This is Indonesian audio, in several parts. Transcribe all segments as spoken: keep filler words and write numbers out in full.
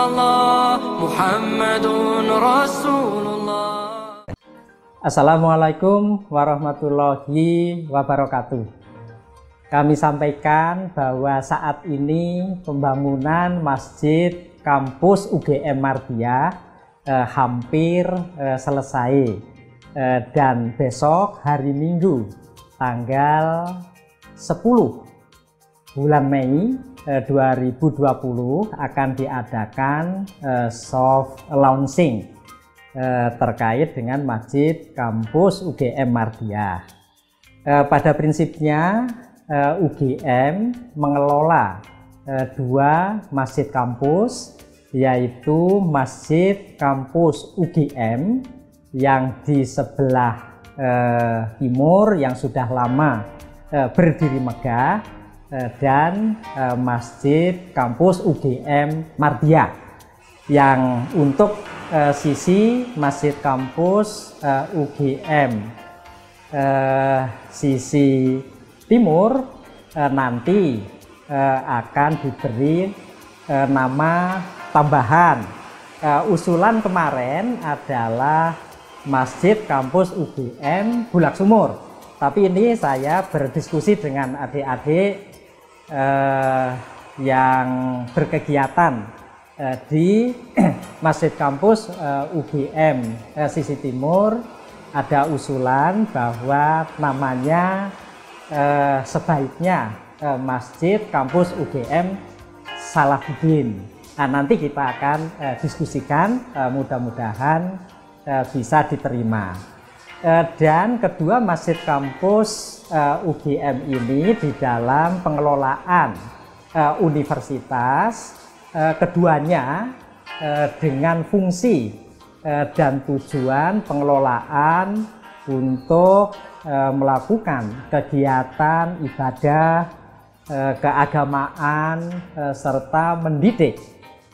illallah Muhammadun Rasulullah. Assalamualaikum warahmatullahi wabarakatuh. Kami sampaikan bahwa saat ini pembangunan Masjid Kampus U G M Mardiyah eh, hampir eh, selesai eh, dan besok hari Minggu tanggal sepuluh bulan Mei eh, dua ribu dua puluh akan diadakan eh, soft launching eh, terkait dengan Masjid Kampus U G M Mardiyah. Eh, pada prinsipnya eh, U G M mengelola eh, dua masjid kampus, yaitu Masjid Kampus U G M yang di sebelah eh, timur yang sudah lama eh, berdiri megah, eh, dan eh, Masjid Kampus U G M Mardiyah yang untuk eh, sisi Masjid Kampus eh, U G M eh, sisi timur eh, nanti eh, akan diberi eh, nama tambahan. Uh, usulan kemarin adalah Masjid Kampus U G M Bulak Sumur, tapi ini saya berdiskusi dengan adik-adik uh, yang berkegiatan uh, di Masjid Kampus uh, U G M uh, sisi timur. Ada usulan bahwa namanya uh, sebaiknya uh, Masjid Kampus U G M Salahuddin. Nah, nanti kita akan eh, diskusikan, eh, mudah-mudahan eh, bisa diterima. Eh, dan kedua, Masjid Kampus eh, U G M ini di dalam pengelolaan eh, universitas, eh, keduanya eh, dengan fungsi eh, dan tujuan pengelolaan untuk eh, melakukan kegiatan ibadah, eh, keagamaan, eh, serta mendidik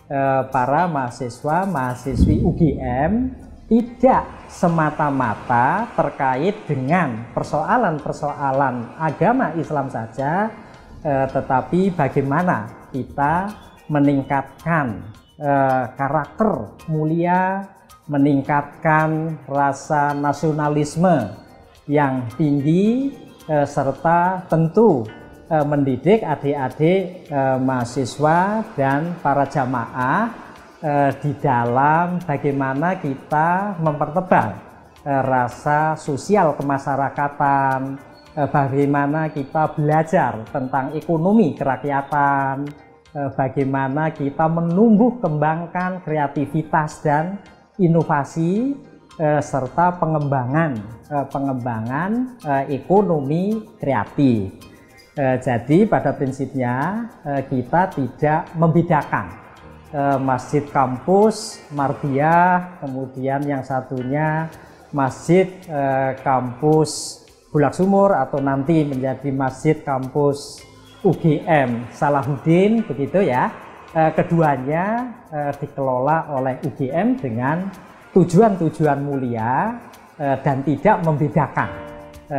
para mahasiswa mahasiswi U G M tidak semata-mata terkait dengan persoalan-persoalan agama Islam saja, eh, tetapi bagaimana kita meningkatkan eh, karakter mulia, meningkatkan rasa nasionalisme yang tinggi, eh, serta tentu mendidik adik-adik eh, mahasiswa dan para jamaah eh, di dalam bagaimana kita mempertebal eh, rasa sosial kemasyarakatan, eh, bagaimana kita belajar tentang ekonomi kerakyatan, eh, bagaimana kita menumbuh kembangkan kreativitas dan inovasi, eh, serta pengembangan eh, pengembangan eh, ekonomi kreatif. Eh, jadi pada prinsipnya eh, kita tidak membedakan eh, Masjid Kampus Mardiyah, kemudian yang satunya Masjid eh, Kampus Bulak Sumur, atau nanti menjadi Masjid Kampus U G M Salahuddin, begitu ya. Eh, keduanya eh, dikelola oleh U G M dengan tujuan-tujuan mulia eh, dan tidak membedakan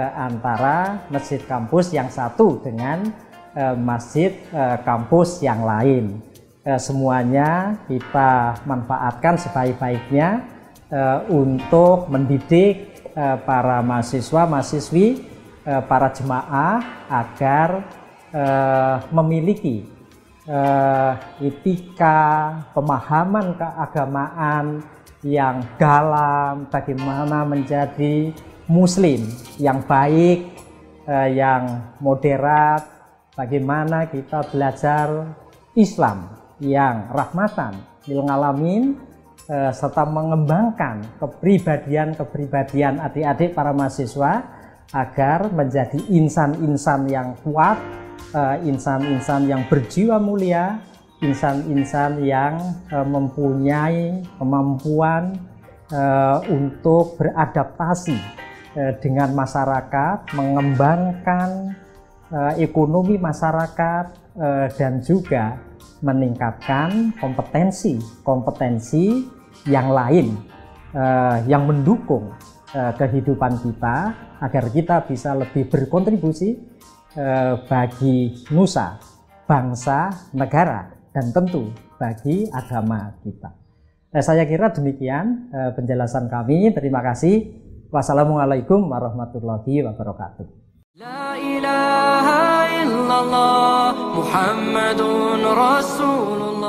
antara masjid kampus yang satu dengan eh, masjid eh, kampus yang lain. Eh, semuanya kita manfaatkan sebaik-baiknya eh, untuk mendidik eh, para mahasiswa mahasiswi, eh, para jemaah agar eh, memiliki eh, etika, pemahaman keagamaan yang dalam, bagaimana menjadi Muslim yang baik, eh, yang moderat, bagaimana kita belajar Islam yang rahmatan lil alamin, eh, serta mengembangkan kepribadian-kepribadian adik-adik para mahasiswa agar menjadi insan-insan yang kuat, eh, insan-insan yang berjiwa mulia, insan-insan yang eh, mempunyai kemampuan eh, untuk beradaptasi dengan masyarakat, mengembangkan uh, ekonomi masyarakat, uh, dan juga meningkatkan kompetensi-kompetensi yang lain uh, yang mendukung uh, kehidupan kita agar kita bisa lebih berkontribusi uh, bagi nusa, bangsa, negara dan tentu bagi agama kita. Nah, saya kira demikian uh, penjelasan kami. Terima kasih. Wassalamualaikum warahmatullahi wabarakatuh. La ilaha illallah Muhammadun Rasulullah.